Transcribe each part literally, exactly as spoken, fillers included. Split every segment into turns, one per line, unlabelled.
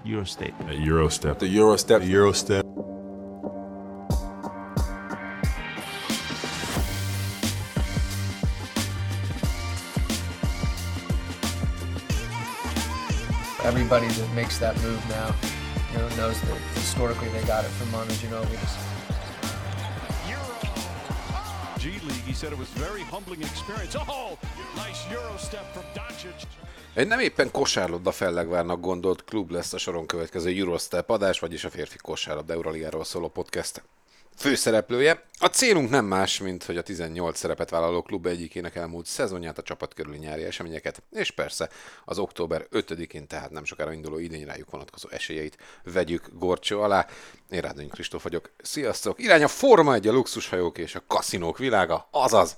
Eurostep.
A Eurostep.
The Eurostep.
The Eurostep.
Everybody that makes that move now, you know, knows that historically they got it from Manu Ginobili.
G League, he said it was very humbling experience. Oh, nice Eurostep from Doncic.
Egy nem éppen kosárlabda fellegvárnak gondolt klub lesz a soron következő Eurostep adás, vagyis a férfi kosárlabda Euroligáról szóló podcast főszereplője. A célunk nem más, mint hogy a tizennyolc szerepet vállaló klub egyikének elmúlt szezonját, a csapat körüli nyári eseményeket, és persze az október ötödikén, tehát nem sokára induló idény rájuk vonatkozó esélyeit vegyük górcső alá. Én Rádonyi Kristóf vagyok. Sziasztok! Irány a Forma egy, a luxushajók és a kaszinók világa, azaz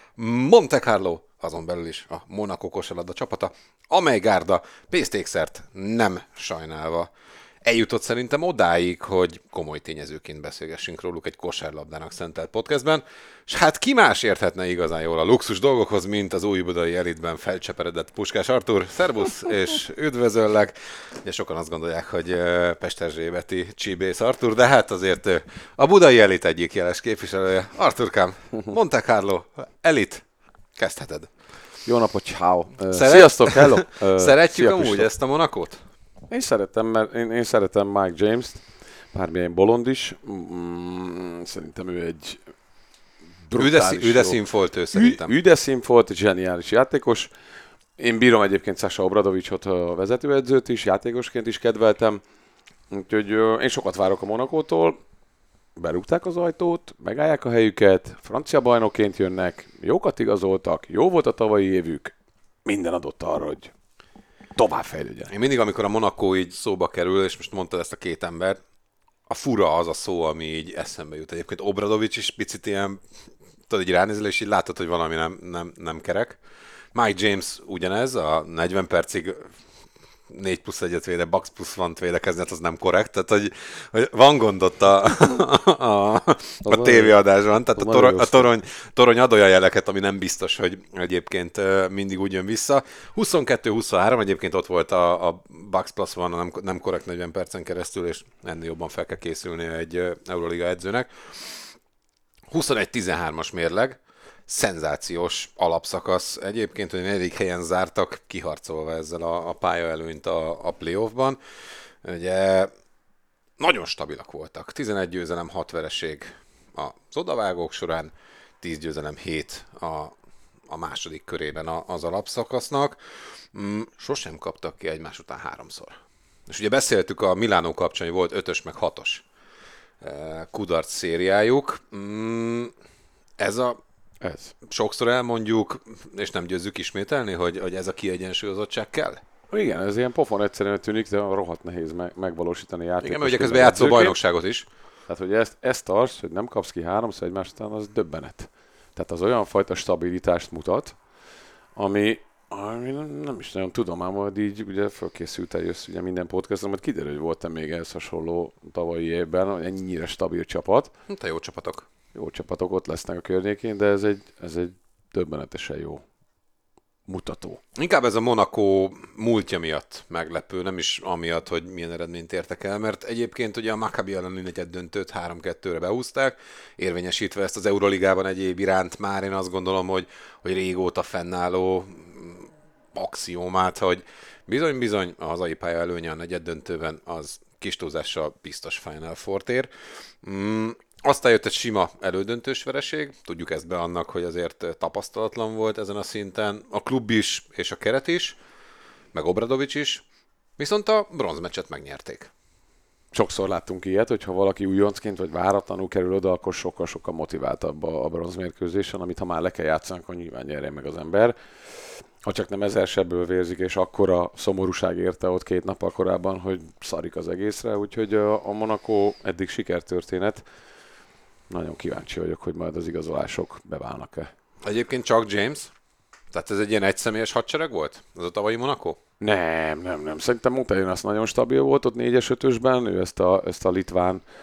Monte Carlo, azon belül is a Monaco kosárlabda csapata, amely gárda pénztékszert nem sajnálva eljutott szerintem odáig, hogy komoly tényezőként beszélgessünk róluk egy kosárlabdának szentelt podcastben, és hát ki más érthetne igazán jól a luxus dolgokhoz, mint az újbudai elitben felcseperedett Puskás Artúr. Szerbusz, és üdvözöllek! Ugye sokan azt gondolják, hogy Pesterzsébeti Csibész Artúr, de hát azért a budai elit egyik jeles képviselője. Arturkám, Monte Carlo, elit, kezdheted.
Jó napot, ciao.
Szeret...
Sziasztok, hello.
Szeretjük amúgy ezt a Monakót?
Én szeretem, mert én, én szeretem Mike James-t, bármilyen bolond is. Mm, szerintem ő egy brutális
Ő de színfolt ő szerintem.
Ő de színfolt, zseniális játékos. Én bírom egyébként Sasha Obradovicsot, a vezetőedzőt is, játékosként is kedveltem. Úgyhogy én sokat várok a Monakótól. Berúgták az ajtót, megállják a helyüket, francia bajnokként jönnek, jókat igazoltak, jó volt a tavalyi évük. Minden adott arra, hogy tovább fejlődjen.
Én mindig, amikor a Monaco így szóba kerül, és most mondtad ezt a két embert, a fura az a szó, ami így eszembe jut. Egyébként Obradovics is picit ilyen, tudod, így ránézel, és így látod, hogy valami nem, nem, nem kerek. Mike James ugyanez, a negyven percig négy plusz egyet véde, Bucks plusz van védekezni, hát az nem korrekt. Tehát, hogy, hogy van gond ott a, a, a, a tévéadásban. Tehát a, torony, a torony, torony ad olyan jeleket, ami nem biztos, hogy egyébként mindig úgy jön vissza. huszonkettő huszonhárom egyébként ott volt a, a Bucks plusz van, a nem, nem korrekt negyven percen keresztül, és ennél jobban fel kell készülni egy Euroliga edzőnek. huszonegy tizenhármas mérleg. Szenzációs alapszakasz. Egyébként, hogy negyedik helyen zártak, kiharcolva ezzel a, a pályaelőnyt a, a playoffban. Ugye nagyon stabilak voltak. tizenegy győzelem, hat vereség az odavágók során, tíz győzelem, hét a, a második körében az alapszakasznak. Sosem kaptak ki egymás után háromszor. És ugye beszéltük a Milánó kapcsán, hogy volt ötös meg hatos kudarc szériájuk. Ez a
Ez.
Sokszor elmondjuk, és nem győzzük ismételni, hogy, hogy ez a kiegyensúlyozottság kell?
Igen, ez ilyen pofon egyszerűen tűnik, de rohadt nehéz me- megvalósítani játékos.
Igen, mert ugye közben játszó bajnokságot is.
Tehát, hogy ezt, ezt tarts, hogy nem kapsz ki háromszor egymás után, az döbbenet. Tehát az olyan fajta stabilitást mutat, ami, ami nem, nem is nagyon tudom, ám majd így ugye fölkészült eljössz ugye minden podcaston, mert kiderül, hogy volt-e még ehhez hasonló tavalyi évben, hogy ennyire stabil csapat.
Te jó csapatok.
Jó csapatok ott lesznek a környékén, de ez egy, ez egy döbbenetesen jó mutató.
Inkább ez a Monaco múltja miatt meglepő, nem is amiatt, hogy milyen eredményt értek el, mert egyébként ugye a Maccabi elleni negyed döntőt három kettőre behúzták, érvényesítve ezt az Euroligában egyéb iránt már én azt gondolom, hogy, hogy régóta fennálló axiómát, hogy bizony-bizony a hazai pálya előnye a negyed döntőben az kis túlzással biztos Final Four-t ér. Mm. Aztán jött egy sima elődöntős vereség, tudjuk ezt be annak, hogy azért tapasztalatlan volt ezen a szinten, a klub is és a keret is, meg Obradovics is, viszont a bronzmeccset megnyerték.
Sokszor láttunk ilyet, hogyha valaki újoncként vagy váratlanul kerül oda, akkor sokkal-sokkal motiváltabb a bronzmérkőzésen, amit ha már le kell játszani, akkor nyilván nyerjen meg az ember. Ha csak nem ezer sebből vérzik, és akkora szomorúság érte ott két nappal korábban, hogy szarik az egészre, úgyhogy a Monaco eddig sikertörténet. Nagyon kíváncsi vagyok, hogy majd az igazolások beválnak-e.
Egyébként csak James? Tehát ez egy ilyen egyszemélyes hadsereg volt? Az a tavalyi Monaco?
Nem, nem, nem. Szerintem Monte Jonas nagyon stabil volt ott négyes ötösben, ő ezt a, ezt a litván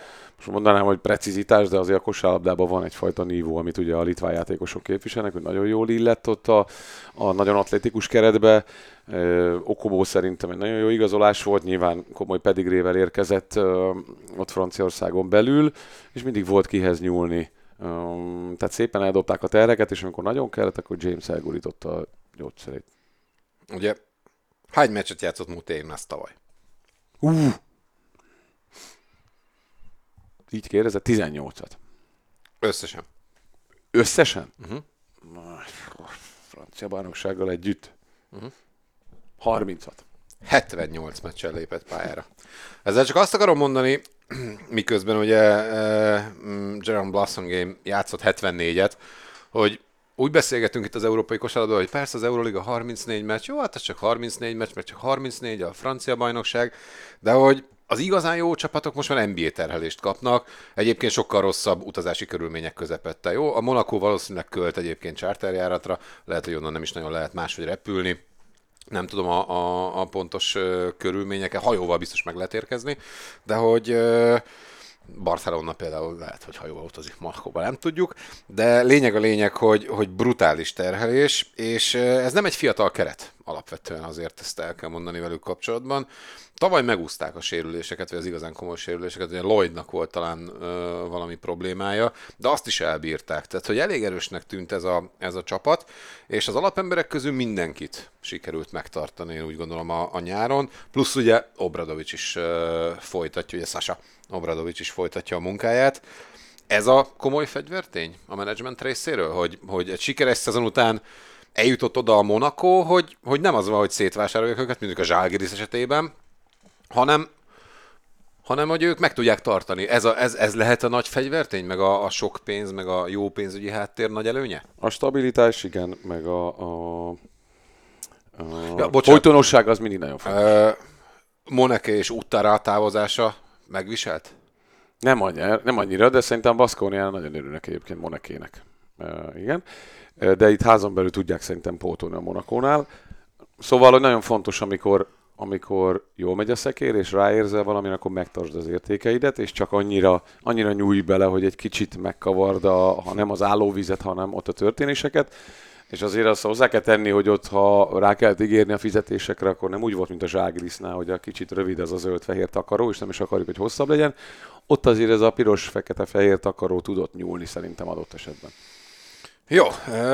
most mondanám, hogy precizitás, de azért a kosárlabdában van egyfajta nívó, amit ugye a litván játékosok képviselnek, hogy nagyon jól illett ott a, a nagyon atlétikus keretbe. Okobó szerintem egy nagyon jó igazolás volt, nyilván komoly pedigrével érkezett ott Franciaországon belül, és mindig volt kihez nyúlni. Tehát szépen eldobták a terreket, és amikor nagyon kellett, akkor James elgurította a gyógyszerét.
Ugye, hány meccset játszott Muténas tavaly?
Uh. Így kérdezett, tizennyolcat.
Összesen.
Összesen?
Uh-huh.
Francia bajnoksággal együtt.
Uh-huh.
harmincat.
hetvennyolc meccsen lépett pályára. Ezzel csak azt akarom mondani, miközben ugye uh, Jerome Blassongame játszott hetvennégyet, hogy úgy beszélgetünk itt az európai kosárlabdában, hogy persze az Euroliga harmincnégy meccs, jó, hát ez csak harmincnégy meccs, mert csak harmincnégy a francia bajnokság, de hogy az igazán jó csapatok most már en bé á terhelést kapnak, egyébként sokkal rosszabb utazási körülmények közepette, jó? A Monaco valószínűleg költ egyébként charterjáratra, lehet, hogy onnan nem is nagyon lehet máshogy repülni, nem tudom a, a, a pontos uh, körülményeket, hajóval biztos meg lehet érkezni, de hogy uh, Barcelona például lehet, hogy hajóval utazik Monacóba, nem tudjuk, de lényeg a lényeg, hogy, hogy brutális terhelés, és uh, ez nem egy fiatal keret alapvetően, azért ezt el kell mondani velük kapcsolatban. Tavaly megúszták a sérüléseket, vagy az igazán komoly sérüléseket, ugye Lloydnak volt talán ö, valami problémája, de azt is elbírták. Tehát, hogy elég erősnek tűnt ez a, ez a csapat, és az alapemberek közül mindenkit sikerült megtartani, én úgy gondolom a, a nyáron. Plusz ugye Obradovics is ö, folytatja, ugye Sasha Obradovics is folytatja a munkáját. Ez a komoly fegyvertény a menedzsment részéről, hogy, hogy egy sikeres szezon után eljutott oda a Monaco, hogy, hogy nem az van, hogy szétvásárolják őket, mondjuk a Žalgiris esetében, hanem, hanem hogy ők meg tudják tartani. Ez, a, ez, ez lehet a nagy fegyvertény, meg a, a sok pénz, meg a jó pénzügyi háttér nagy előnye?
A stabilitás, igen, meg a, a, a
ja,
folytonosság az mindig nagyon fontos.
Uh, Moneke és Uttara távozása megviselt?
Nem annyira, nem annyira, de szerintem Baskonián nagyon örülnek egyébként Monekének. Uh, igen. De itt házon belül tudják szerintem pótolni a Monakónál. Szóval, hogy nagyon fontos, amikor amikor jól megy a szekér, és ráérzel valamire, akkor megtartsd az értékeidet, és csak annyira, annyira nyújj bele, hogy egy kicsit megkavard, a, ha nem az állóvizet, hanem ott a történéseket. És azért azt hozzá kell tenni, hogy ott, ha rá kellett ígérni a fizetésekre, akkor nem úgy volt, mint a Žalgirisnál, hogy a kicsit rövid az a zöld-fehér takaró, és nem is akarjuk, hogy hosszabb legyen. Ott azért ez a piros-fekete-fehér takaró tudott nyúlni szerintem adott esetben.
Jó,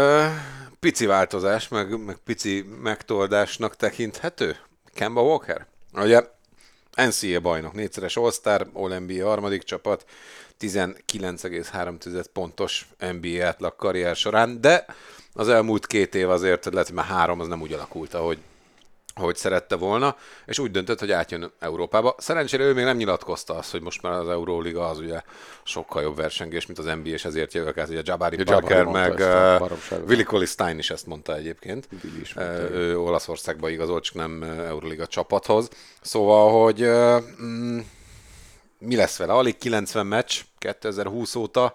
pici változás, meg, meg pici megtoldásnak tekinthető. Kemba Walker? Ugye en cé á á bajnok, négyszeres All-Star, All-en bé á harmadik csapat, tizenkilenc egész három pontos en bé á átlag karrier során, de az elmúlt két év azért, lehet, hogy már három, az nem úgy alakult, ahogy, ahogy szerette volna, és úgy döntött, hogy átjön Európába. Szerencsére ő még nem nyilatkozta azt, hogy most már az Euróliga az ugye sokkal jobb versengés, mint az en bé á, és ezért jövök át, ugye Jabari Parker, meg uh, Willie Cauley-Stein is ezt mondta egyébként. Mondta, uh, ő Olaszországba igazolt, csak nem Euróliga csapathoz. Szóval, hogy uh, mm, mi lesz vele? Alig kilencven meccs kétezer-húsz óta.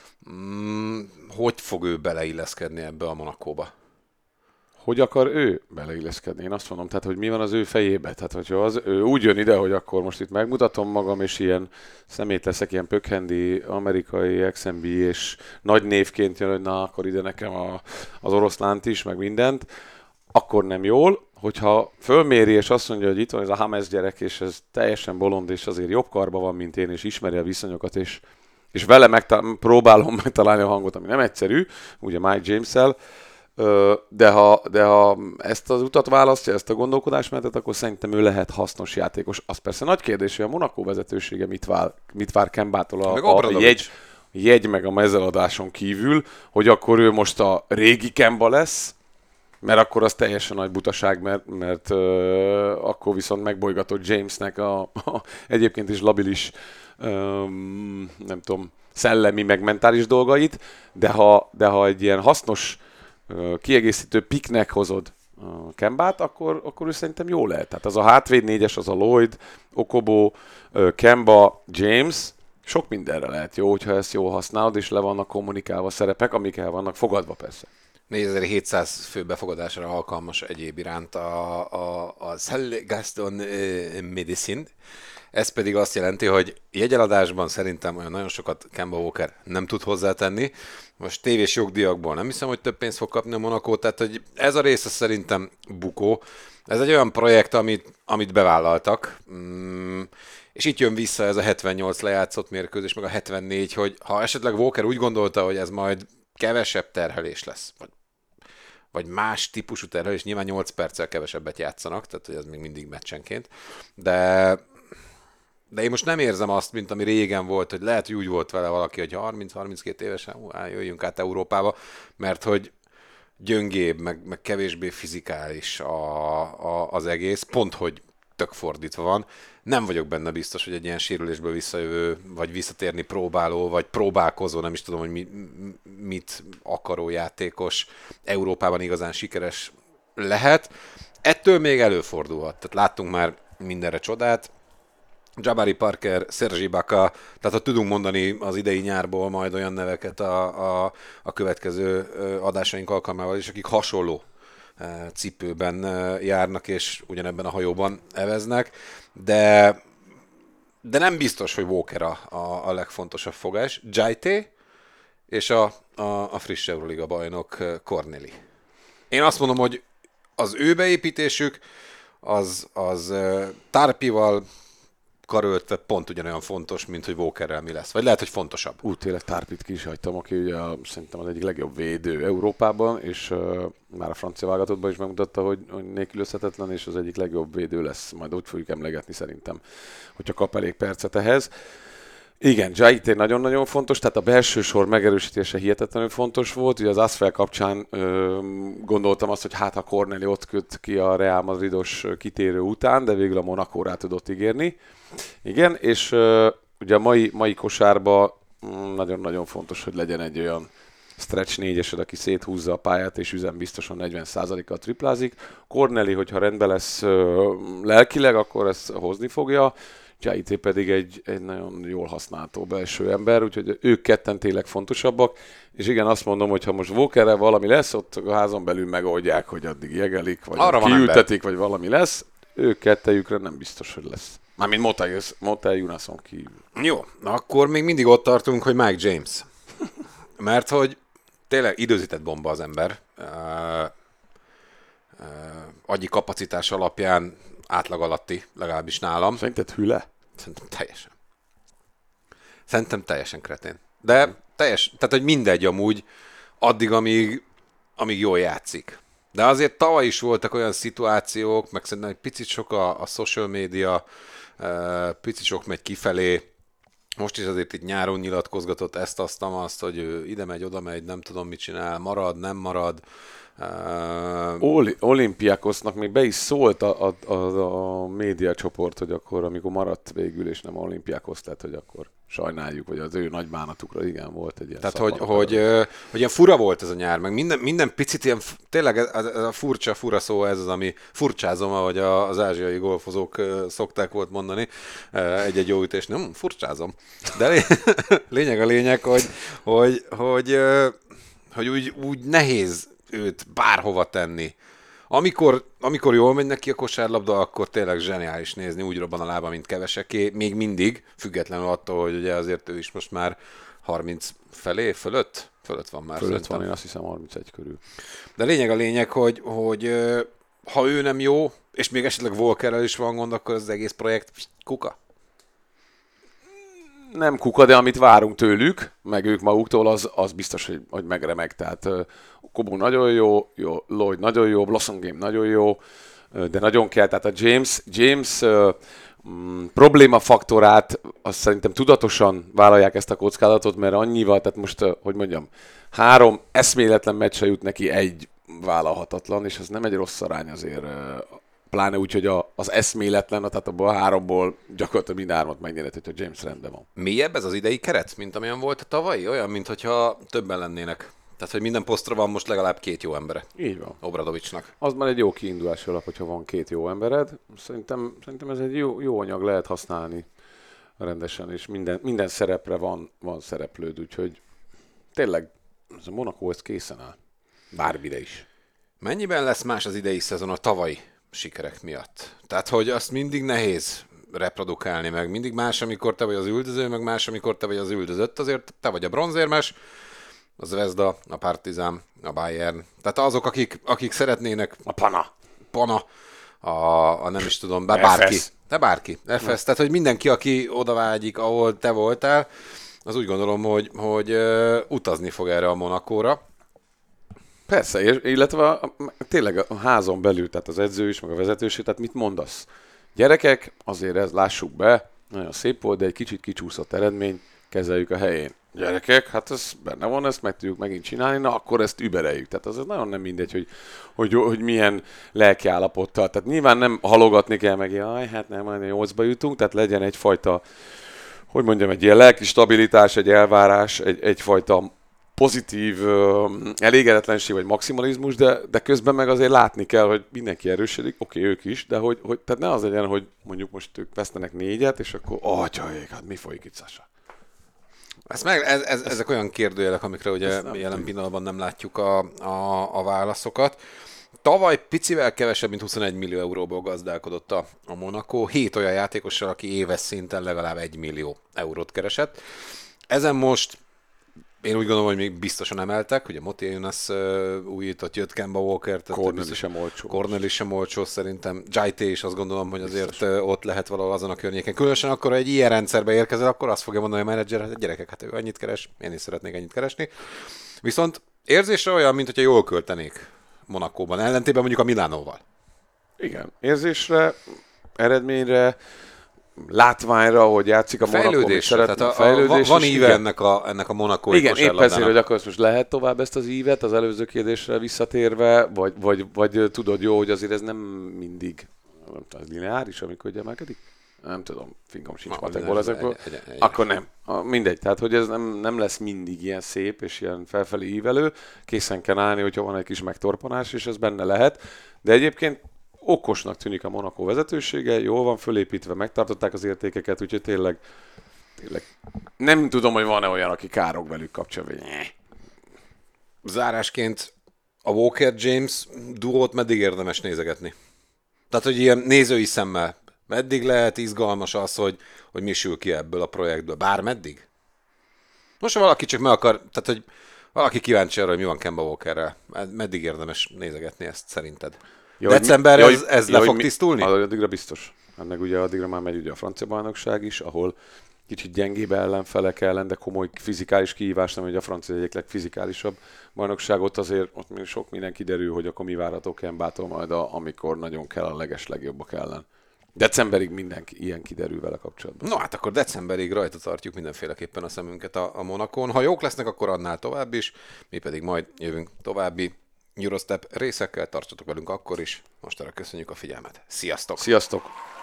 Mm, hogy fog ő beleilleszkedni ebbe a Monacóba?
Hogy akar ő beleilleszkedni? Én azt mondom, tehát, hogy mi van az ő fejébe. Tehát, hogyha az, ő úgy jön ide, hogy akkor most itt megmutatom magam, és ilyen szemét leszek, ilyen pökhendi amerikai ex en bé á és nagy névként jön, hogy na, akkor ide nekem a, az oroszlánt is, meg mindent, akkor nem jól. Hogyha fölméri, és azt mondja, hogy itt van ez a Hames gyerek, és ez teljesen bolond, és azért jobb karba van, mint én, és ismeri a viszonyokat, és, és vele megtal- próbálom megtalálni a hangot, ami nem egyszerű, ugye Mike James-el, De ha, de ha ezt az utat választja, ezt a gondolkodásmenetet, akkor szerintem ő lehet hasznos játékos. Az persze nagy kérdés, hogy a Monaco vezetősége mit vár, mit vár Kembától a, a jegy, jegy meg a mezeladáson kívül, hogy akkor ő most a régi Kemba lesz, mert akkor az teljesen nagy butaság, mert, mert uh, akkor viszont megbolygatott Jamesnek a, a egyébként is labilis, um, nem tudom, szellemi meg mentális dolgait, de ha, de ha egy ilyen hasznos kiegészítő piknek hozod a Kembát, akkor, akkor ő szerintem jó lehet. Tehát az a hátvéd négyes, az a Lloyd, Okobo, Kemba, James, sok mindenre lehet jó, hogyha ezt jól használod, és le vannak kommunikálva szerepek, amik el vannak fogadva persze.
négyezer-hétszáz fő befogadásra alkalmas egyéb iránt a, a, a Salle Gaston Medicine. Ez pedig azt jelenti, hogy jegyeladásban szerintem olyan nagyon sokat Kemba Walker nem tud hozzátenni. Most tévés jogdíjakból nem hiszem, hogy több pénzt fog kapni a Monaco, tehát hogy ez a része szerintem bukó. Ez egy olyan projekt, amit, amit bevállaltak, mm, és itt jön vissza ez a hetvennyolc lejátszott mérkőzés, meg a hetvennégy, hogy ha esetleg Walker úgy gondolta, hogy ez majd kevesebb terhelés lesz, vagy, vagy más típusú terhelés, nyilván nyolc perccel kevesebbet játszanak, tehát hogy ez még mindig meccsenként, de, de én most nem érzem azt, mint ami régen volt, hogy lehet, hogy úgy volt vele valaki, hogy harminc-harminckét évesen hú, á, jöjjünk át Európába, mert hogy gyöngébb, meg, meg kevésbé fizikális a, a, az egész, pont, hogy tök fordítva van. Nem vagyok benne biztos, hogy egy ilyen sérülésből visszajövő, vagy visszatérni próbáló, vagy próbálkozó, nem is tudom, hogy mi, mit akaró játékos Európában igazán sikeres lehet. Ettől még előfordulhat. Tehát láttunk már mindenre csodát. Jabari Parker, Serge Ibaka, tehát ha tudunk mondani az idei nyárból majd olyan neveket a, a, a következő adásaink alkalmával is, akik hasonló cipőben járnak, és ugyanebben a hajóban eveznek, de, de nem biztos, hogy Walker a, a, a legfontosabb fogás. Jaité és a, a, a friss Euroliga bajnok Corneli. Én azt mondom, hogy az ő beépítésük az, az Tarpival karöltve pont ugyanolyan fontos, mint hogy Walkerrel mi lesz. Vagy lehet, hogy fontosabb.
Úgy tényleg Tarpit ki is hagytam, aki ugye szerintem az egyik legjobb védő Európában, és uh, már a francia válogatottban is megmutatta, hogy, hogy nélkülözhetetlen, és az egyik legjobb védő lesz. Majd úgy fogjuk emlegetni szerintem, hogyha kap elég percet ehhez. Igen, Jaité nagyon-nagyon fontos, tehát a belső sor megerősítése hihetetlenül fontos volt. Ugye az Asfel kapcsán ö, gondoltam azt, hogy hát ha Corneli ott köt ki a Real Madridos kitérő után, de végül a Monaco rá tudott ígérni. Igen, és ö, ugye a mai, mai kosárban nagyon-nagyon fontos, hogy legyen egy olyan stretch négyesed, aki széthúzza a pályát, és üzembiztosan negyven százalékkal triplázik. Corneli, hogyha rendben lesz ö, lelkileg, akkor ezt hozni fogja. Jaité pedig egy, egy nagyon jól használható belső ember, úgyhogy ők ketten tényleg fontosabbak, és igen, azt mondom, hogy ha most Walkerre valami lesz, ott a házon belül megoldják, hogy addig jegelik, vagy arra kiültetik, vagy valami lesz, ők kettejükre nem biztos, hogy lesz. Mármint Motai Junason kívül.
Jó, akkor még mindig ott tartunk, hogy Mike James. Mert hogy tényleg időzített bomba az ember. Uh, uh, agyi kapacitás alapján átlag alatti, legalábbis nálam.
Szerinted hüle?
Szerintem teljesen. Szerintem teljesen kretén. De teljes, tehát hogy mindegy amúgy, addig, amíg, amíg jól játszik. De azért tavaly is voltak olyan szituációk, meg szerintem egy picit sok a, a social media, picit sok megy kifelé. Most is azért itt nyáron nyilatkozgatott ezt, azt, azt, hogy ő ide megy, oda megy, nem tudom mit csinál, marad, nem marad. Uh,
Oli- Olimpiákosznak még be is szólt a, a, a, a média csoport, hogy akkor, amikor maradt végül, és nem Olimpiákosz lett, hogy akkor sajnáljuk, hogy az ő nagy bánatukra igen volt egy ilyen.
Tehát, hogy, hogy, hogy, hogy ilyen fura volt ez a nyár, meg minden, minden picit ilyen, tényleg ez, ez a furcsa, fura szó ez az, ami furcsázom, ahogy az ázsiai golfozók szokták volt mondani, egy-egy jó ütés, nem, furcsázom. De lényeg a lényeg, hogy, hogy, hogy, hogy úgy, úgy nehéz őt bárhova tenni. Amikor, amikor jól megy neki a kosárlabda, akkor tényleg zseniális nézni, úgy robban a lába, mint keveseké, még mindig, függetlenül attól, hogy ugye azért ő is most már harminc felé, fölött? Fölött van már.
Fölött
szerintem.
van, én azt hiszem harmincegy körül.
De lényeg a lényeg, hogy, hogy ha ő nem jó, és még esetleg Walkerrel is van gond, akkor az egész projekt kuka.
Nem kuka, de amit várunk tőlük, meg ők maguktól, az, az biztos, hogy, hogy megremeg. Tehát uh, Kobo nagyon jó, jó, Lloyd nagyon jó, Blossom Game nagyon jó, uh, de nagyon kell. Tehát a James, James uh, um, problémafaktorát, azt szerintem tudatosan vállalják ezt a kockázatot, mert annyival, tehát most, uh, hogy mondjam, három eszméletlen meccse jut neki, egy vállalhatatlan, és ez nem egy rossz arány azért, uh, pláne úgy, hogy a, az eszméletlen, tehát abból a háromból gyakorlatilag mind hármat megnyerhet, hogy a James rendben van.
Mélyebb ez az idei keret, mint amilyen volt a tavalyi? Olyan, mintha többen lennének. Tehát, hogy minden posztra van most legalább két jó embere.
Így van.
Obradovicsnak.
Az már egy jó kiindulási alap, hogyha van két jó embered. Szerintem, szerintem ez egy jó, jó anyag, lehet használni rendesen, és minden, minden szerepre van, van szereplőd, úgyhogy tényleg ez a Monaco ez készen áll. Bármire is.
Mennyiben lesz más az idei szezon a tavalyi sikerek miatt? Tehát, hogy azt mindig nehéz reprodukálni meg. Mindig más, amikor te vagy az üldöző, meg más, amikor te vagy az üldözött. Azért te vagy a bronzérmes, a Zvezda, a Partizan, a Bayern. Tehát azok, akik, akik szeretnének...
A Pana.
Pana, a, a nem is tudom, bár bárki.
ef es.
De bárki. ef es. Tehát, hogy mindenki, aki oda vágyik, ahol te voltál, az úgy gondolom, hogy, hogy uh, utazni fog erre a Monakóra.
Persze, és, illetve a, a, tényleg a házon belül, tehát az edző is, meg a vezetőség, tehát mit mondasz? Gyerekek, azért ez lássuk be, nagyon szép volt, de egy kicsit kicsúszott eredmény, kezeljük a helyén. Gyerekek, hát ez benne van, ezt meg tudjuk megint csinálni, na akkor ezt übereljük. Tehát az nagyon nem mindegy, hogy, hogy, hogy milyen lelkiállapottal. Tehát nyilván nem halogatni kell meg, jaj, hát nem, majd nyolcba jutunk, tehát legyen egyfajta, hogy mondjam, egy ilyen lelki stabilitás, egy elvárás, egy, egyfajta pozitív uh, elégedetlenség vagy maximalizmus, de, de közben meg azért látni kell, hogy mindenki erősödik, oké, okay, ők is, de hogy, hogy tehát ne az legyen, hogy mondjuk most ők vesztenek négyet, és akkor, atyaik, hát mi folyik itt, Sasa?
Ez meg, ez, ez, ezek olyan kérdőjelek, amikre ugye jelen tudjuk. Pillanatban nem látjuk a, a, a válaszokat. Tavaly picivel kevesebb, mint huszonegy millió euróból gazdálkodott a, a Monaco. Hét olyan játékossal, aki éves szinten legalább egy millió eurót keresett. Ezen most én úgy gondolom, hogy még biztosan emeltek. Ugye Moti Jonas uh, újított, jött Kemba Walker.
Cornelis sem olcsó.
Cornelis sem olcsó szerintem. Jai is azt gondolom, hogy azért biztos. Ott lehet valahol azon a környéken. Különösen akkor, ha egy ilyen rendszerbe érkezel, akkor azt fogja mondani a menedzser, hogy gyerekek, hát ő annyit keres, én is szeretnék ennyit keresni. Viszont érzésre olyan, mint hogyha jól költenék Monakóban, ellentétben mondjuk a Milánóval.
Igen, érzésre, eredményre, látványra, hogy játszik a
fejlődésre,
Monaco,
tehát a, fejlődés van íve ennek a, ennek a monakói
igen,
kosárlabdának.
épp ezért, hogy akkor most lehet tovább ezt az ívet, az előző kérdésre visszatérve, vagy, vagy, vagy tudod jó, hogy azért ez nem mindig nem tudom, lineáris, amikor ugye emelkedik? Nem tudom, fingom sincs matekból ezekből. Egy, egy, egy, akkor nem. Mindegy, tehát hogy ez nem, nem lesz mindig ilyen szép és ilyen felfelé ívelő. Készen kell állni, hogyha van egy kis megtorpanás, és ez benne lehet. De egyébként okosnak tűnik a Monaco vezetősége, jól van fölépítve, megtartották az értékeket, úgyhogy tényleg, tényleg nem tudom, hogy van-e olyan, aki károk velük kapcsolatban.
Zárásként a Walker James duót meddig érdemes nézegetni? Tehát, hogy ilyen nézői szemmel meddig lehet izgalmas az, hogy, hogy mi sül ki ebből a projektből? Bármeddig? Most ha valaki csak meg akar, tehát, hogy valaki kíváncsi arra, hogy mi van Kemba Walkerrel, meddig érdemes nézegetni ezt szerinted? Ja, decemberre ez, ez ja, le fog mi, tisztulni?
Addigra biztos. Ennek ugye addigra már megy ugye a francia bajnokság is, ahol kicsit gyengébb ellenfelek ellen, de komoly fizikális kihívás, nem, hogy a francia egyik legfizikálisabb bajnokság, ott azért ott sok minden kiderül, hogy akkor mi várható Kembától majd, a, amikor nagyon kell a leges legjobbak ellen. Decemberig mindenki ilyen kiderül vele kapcsolatban.
No hát akkor decemberig rajta tartjuk mindenféleképpen a szemünket a, a Monakón. Ha jók lesznek, akkor annál tovább is, mi pedig majd jövünk további Eurostep részekkel, tartsatok velünk akkor is. Mostanra köszönjük a figyelmet. Sziasztok!
Sziasztok!